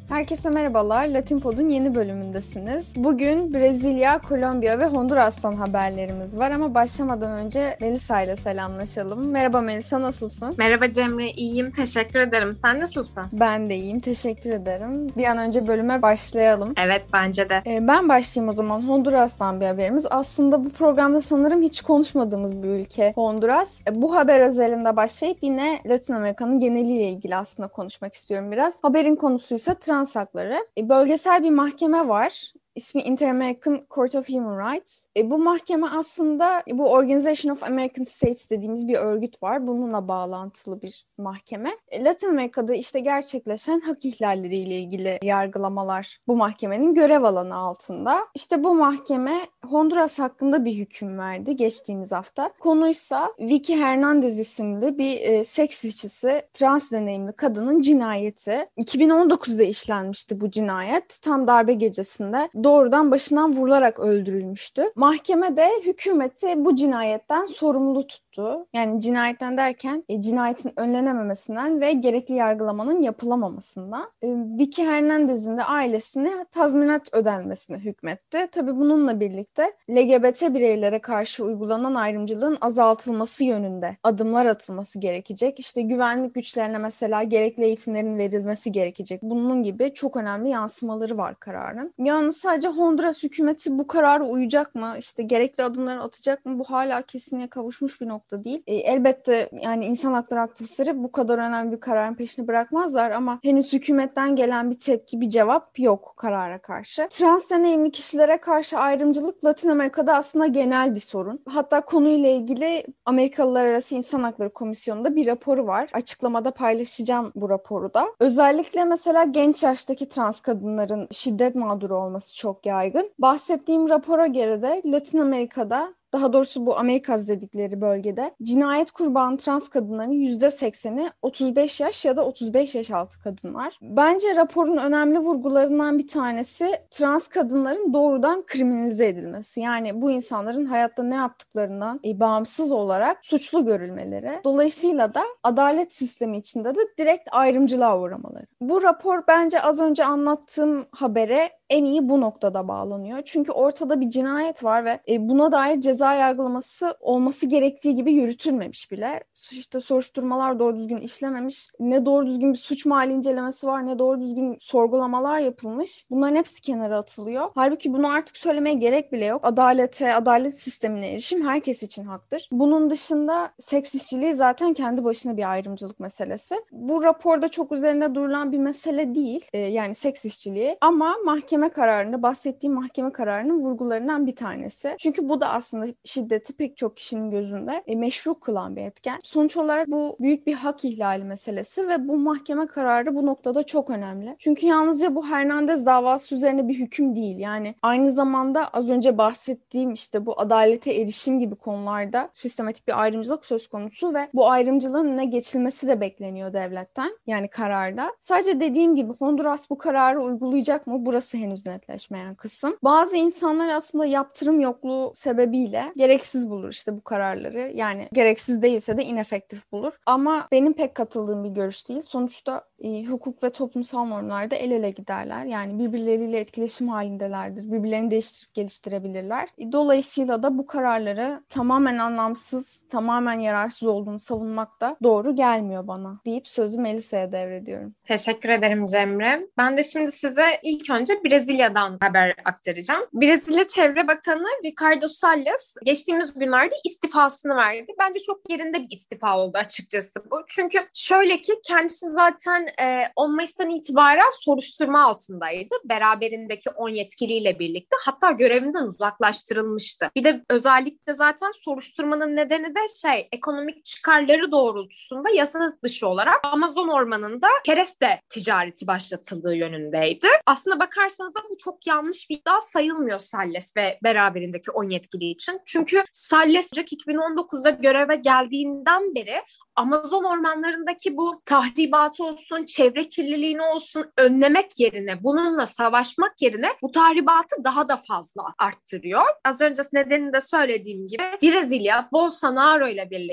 Herkese merhabalar. Latin Pod'un yeni bölümündesiniz. Bugün Brezilya, Kolombiya ve Honduras'tan haberlerimiz var ama başlamadan önce Melisa ile selamlaşalım. Merhaba Melisa, nasılsın? Merhaba Cemre, iyiyim. Teşekkür ederim. Sen nasılsın? Ben de iyiyim, teşekkür ederim. Bir an önce bölüme başlayalım. Evet, bence de. Ben başlayayım o zaman. Honduras'tan bir haberimiz. Aslında bu programda sanırım hiç konuşmadığımız bir ülke Honduras. Bu haber özelinde başlayıp yine Latin Amerika'nın geneliyle ilgili aslında konuşmak istiyorum biraz. Haberin konusuysa trans hakları. Bölgesel bir mahkeme var. İsmi Inter-American Court of Human Rights. Bu mahkeme aslında bu Organization of American States dediğimiz bir örgüt var. Bununla bağlantılı bir mahkeme. Latin Amerika'da işte gerçekleşen hak ihlalleriyle ilgili yargılamalar bu mahkemenin görev alanı altında. İşte bu mahkeme Honduras hakkında bir hüküm verdi geçtiğimiz hafta. Konuysa Vicky Hernandez isimli bir seks işçisi, trans deneyimli kadının cinayeti. 2019'da işlenmişti bu cinayet. Tam darbe gecesinde doğrudan başından vurularak öldürülmüştü. Mahkeme de hükümeti bu cinayetten sorumlu tuttu. Yani cinayetten derken cinayetin önlenememesinden ve gerekli yargılamanın yapılamamasından. Vicky Hernandez'in de ailesine tazminat ödenmesine hükmetti. Tabii bununla birlikte LGBT bireylere karşı uygulanan ayrımcılığın azaltılması yönünde adımlar atılması gerekecek. İşte güvenlik güçlerine mesela gerekli eğitimlerin verilmesi gerekecek. Bunun gibi çok önemli yansımaları var kararın. Yalnız sadece Honduras hükümeti bu karara uyacak mı? İşte gerekli adımları atacak mı? Bu hala kesinliğe kavuşmuş bir nokta değil. Elbette yani insan hakları aktivistleri bu kadar önemli bir kararın peşini bırakmazlar ama henüz hükümetten gelen bir tepki, bir cevap yok karara karşı. Trans deneyimli kişilere karşı ayrımcılık Latin Amerika'da aslında genel bir sorun. Hatta konuyla ilgili Amerikalılar Arası İnsan Hakları Komisyonu'nda bir raporu var. Açıklamada paylaşacağım bu raporu da. Özellikle mesela genç yaştaki trans kadınların şiddet mağduru olması çok yaygın. Bahsettiğim rapora göre de Latin Amerika'da, daha doğrusu bu Amerikaz dedikleri bölgede cinayet kurbanı trans kadınların %80'i 35 yaş ya da 35 yaş altı kadınlar. Bence raporun önemli vurgularından bir tanesi trans kadınların doğrudan kriminalize edilmesi. Yani bu insanların hayatta ne yaptıklarından bağımsız olarak suçlu görülmeleri. Dolayısıyla da adalet sistemi içinde de direkt ayrımcılığa uğramaları. Bu rapor bence az önce anlattığım habere en iyi bu noktada bağlanıyor. Çünkü ortada bir cinayet var ve buna dair ceza yargılaması olması gerektiği gibi yürütülmemiş bile. İşte soruşturmalar doğru düzgün işlememiş. Ne doğru düzgün bir suç mahalli incelemesi var, ne doğru düzgün sorgulamalar yapılmış. Bunların hepsi kenara atılıyor. Halbuki bunu artık söylemeye gerek bile yok. Adalete, adalet sistemine erişim herkes için haktır. Bunun dışında seks işçiliği zaten kendi başına bir ayrımcılık meselesi. Bu raporda çok üzerinde durulan bir mesele değil. Yani seks işçiliği. Ama bahsettiğim mahkeme kararının vurgularından bir tanesi. Çünkü bu da aslında şiddeti pek çok kişinin gözünde meşru kılan bir etken. Sonuç olarak bu büyük bir hak ihlali meselesi ve bu mahkeme kararı bu noktada çok önemli. Çünkü yalnızca bu Hernandez davası üzerine bir hüküm değil. Yani aynı zamanda az önce bahsettiğim işte bu adalete erişim gibi konularda sistematik bir ayrımcılık söz konusu ve bu ayrımcılığın önüne geçilmesi de bekleniyor devletten. Yani kararda. Sadece dediğim gibi Honduras bu kararı uygulayacak mı? Burası henüz netleşmeyen kısım. Bazı insanlar aslında yaptırım yokluğu sebebiyle gereksiz bulur işte bu kararları. Yani gereksiz değilse de inefektif bulur. Ama benim pek katıldığım bir görüş değil. Sonuçta hukuk ve toplumsal normlarda el ele giderler. Yani birbirleriyle etkileşim halindelerdir. Birbirlerini değiştirip geliştirebilirler. Dolayısıyla da bu kararları tamamen anlamsız, tamamen yararsız olduğunu savunmak da doğru gelmiyor bana deyip sözü Melisa'ya devrediyorum. Teşekkür ederim Cemre. Ben de şimdi size ilk önce Brezilya'dan haber aktaracağım. Brezilya Çevre Bakanı Ricardo Salles geçtiğimiz günlerde istifasını verdi. Bence çok yerinde bir istifa oldu açıkçası bu. Çünkü şöyle ki kendisi zaten 10 Mayıs'tan itibaren soruşturma altındaydı. Beraberindeki 10 yetkiliyle birlikte. Hatta görevinden uzaklaştırılmıştı. Bir de özellikle zaten soruşturmanın nedeni de ekonomik çıkarları doğrultusunda yasa dışı olarak Amazon ormanında kereste ticareti başlatıldığı yönündeydi. Aslına bakarsanız da bu çok yanlış bir iddia sayılmıyor Salles ve beraberindeki 10 yetkili için. Çünkü Salles 2019'da göreve geldiğinden beri Amazon ormanlarındaki bu tahribatı olsun, çevre kirliliğini olsun önlemek yerine, bununla savaşmak yerine bu tahribatı daha da fazla arttırıyor. Az önce nedenini de söylediğim gibi Brezilya, Bolsonaro ile birlikte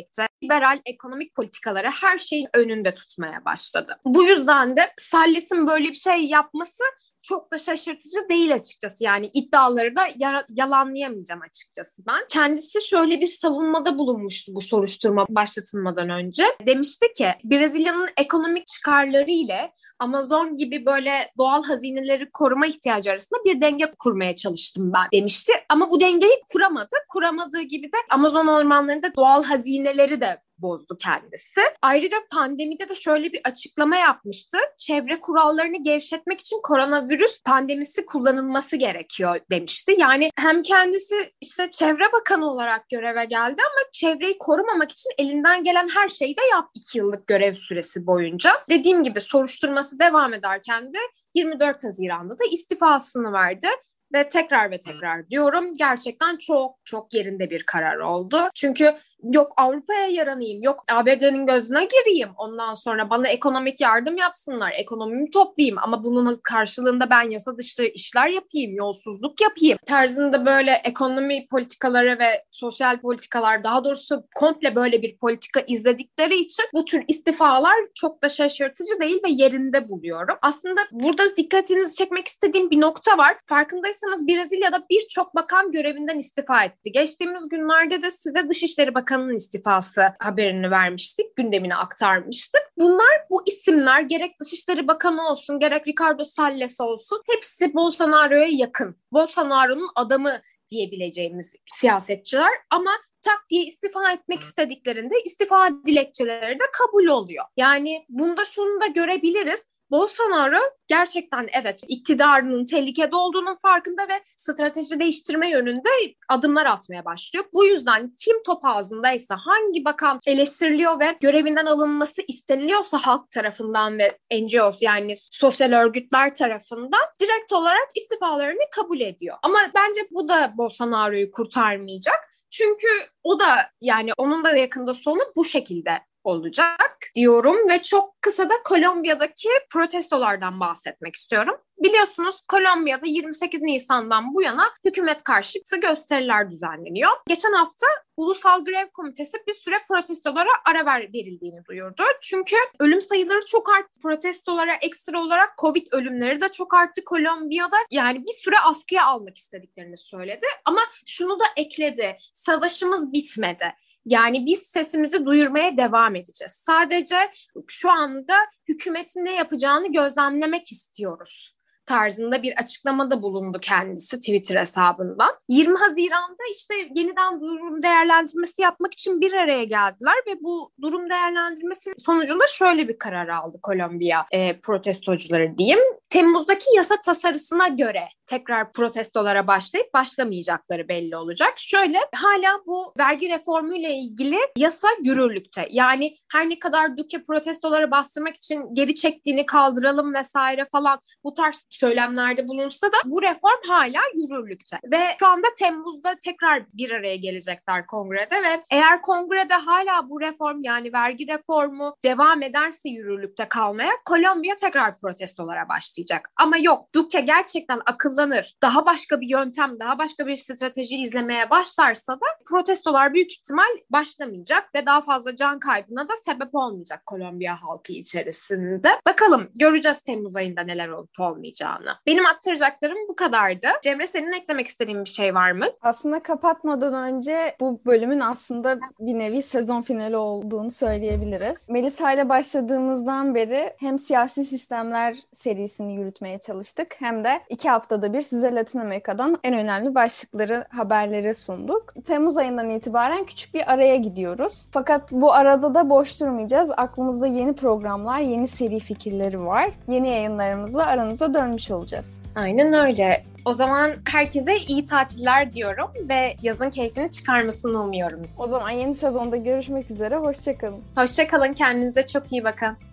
liberal ekonomik politikaları her şeyin önünde tutmaya başladı. Bu yüzden de Salles'in böyle bir şey yapması çok da şaşırtıcı değil açıkçası. Yani iddiaları da yalanlayamayacağım açıkçası ben. Kendisi şöyle bir savunmada bulunmuştu bu soruşturma başlatılmadan önce. Demişti ki Brezilya'nın ekonomik çıkarları ile Amazon gibi böyle doğal hazineleri koruma ihtiyacı arasında bir denge kurmaya çalıştım ben demişti. Ama bu dengeyi kuramadı. Kuramadığı gibi de Amazon ormanlarında doğal hazineleri de bozdu kendisi. Ayrıca pandemide de şöyle bir açıklama yapmıştı. Çevre kurallarını gevşetmek için koronavirüs pandemisi kullanılması gerekiyor demişti. Yani hem kendisi işte Çevre Bakanı olarak göreve geldi ama çevreyi korumamak için elinden gelen her şeyi de yaptı 2 yıllık görev süresi boyunca. Dediğim gibi soruşturması devam ederken de 24 Haziran'da da istifasını verdi. Ve tekrar diyorum, gerçekten çok çok yerinde bir karar oldu. Çünkü yok Avrupa'ya yaranayım, yok ABD'nin gözüne gireyim, ondan sonra bana ekonomik yardım yapsınlar, ekonomimi toplayayım ama bunun karşılığında ben yasa dışı işler yapayım, yolsuzluk yapayım tarzında böyle ekonomi politikaları ve sosyal politikalar, daha doğrusu komple böyle bir politika izledikleri için bu tür istifalar çok da şaşırtıcı değil ve yerinde buluyorum. Aslında burada dikkatinizi çekmek istediğim bir nokta var. Farkındaysanız Brezilya'da birçok bakan görevinden istifa etti. Geçtiğimiz günlerde de size Dışişleri Bakanı'nın istifası haberini vermiştik, gündemine aktarmıştık. Bu isimler gerek Dışişleri Bakanı olsun, gerek Ricardo Salles olsun, hepsi Bolsonaro'ya yakın. Bolsonaro'nun adamı diyebileceğimiz siyasetçiler ama tak diye istifa etmek istediklerinde istifa dilekçeleri de kabul oluyor. Yani bunda şunu da görebiliriz. Bolsonaro gerçekten evet iktidarının tehlikede olduğunun farkında ve strateji değiştirme yönünde adımlar atmaya başlıyor. Bu yüzden kim top ağzındaysa, hangi bakan eleştiriliyor ve görevinden alınması isteniliyorsa halk tarafından ve NGOs yani sosyal örgütler tarafından direkt olarak istifalarını kabul ediyor. Ama bence bu da Bolsonaro'yu kurtarmayacak. Çünkü o da yani onun da yakında sonu bu şekilde olacak diyorum ve çok kısa da Kolombiya'daki protestolardan bahsetmek istiyorum. Biliyorsunuz Kolombiya'da 28 Nisan'dan bu yana hükümet karşıtı gösteriler düzenleniyor. Geçen hafta Ulusal Grev Komitesi bir süre protestolara ara verildiğini duyurdu. Çünkü ölüm sayıları çok arttı. Protestolara ekstra olarak Covid ölümleri de çok arttı Kolombiya'da. Yani bir süre askıya almak istediklerini söyledi. Ama şunu da ekledi. Savaşımız bitmedi. Yani biz sesimizi duyurmaya devam edeceğiz. Sadece şu anda hükümetin ne yapacağını gözlemlemek istiyoruz tarzında bir açıklamada bulundu kendisi Twitter hesabından. 20 Haziran'da işte yeniden durum değerlendirmesi yapmak için bir araya geldiler ve bu durum değerlendirmesi sonucunda şöyle bir karar aldı Kolombiya protestocuları diyeyim. Temmuz'daki yasa tasarısına göre tekrar protestolara başlayıp başlamayacakları belli olacak. Şöyle, hala bu vergi reformuyla ilgili yasa yürürlükte. Yani her ne kadar Duque protestoları bastırmak için geri çektiğini kaldıralım vesaire falan bu tarz söylemlerde bulunsa da bu reform hala yürürlükte. Ve şu anda Temmuz'da tekrar bir araya gelecekler kongrede ve eğer kongrede hala bu reform yani vergi reformu devam ederse yürürlükte kalmaya Kolombiya tekrar protestolara başlayacak. Ama yok, Duque gerçekten akıllanır, daha başka bir yöntem, daha başka bir strateji izlemeye başlarsa da protestolar büyük ihtimal başlamayacak ve daha fazla can kaybına da sebep olmayacak Kolombiya halkı içerisinde. Bakalım göreceğiz Temmuz ayında neler olup olmayacağını. Benim aktaracaklarım bu kadardı. Cemre, senin eklemek istediğin bir şey var mı? Aslında kapatmadan önce bu bölümün aslında bir nevi sezon finali olduğunu söyleyebiliriz. Melisa ile başladığımızdan beri hem siyasi sistemler serisini yürütmeye çalıştık hem de 2 haftada bir size Latin Amerika'dan en önemli başlıkları, haberleri sunduk. Temmuz ayından itibaren küçük bir araya gidiyoruz. Fakat bu arada da boş durmayacağız. Aklımızda yeni programlar, yeni seri fikirleri var. Yeni yayınlarımızla aranıza dönmüş olacağız. Aynen öyle. O zaman herkese iyi tatiller diyorum ve yazın keyfini çıkarmasını umuyorum. O zaman yeni sezonda görüşmek üzere. Hoşça kalın. Hoşça kalın, kendinize çok iyi bakın.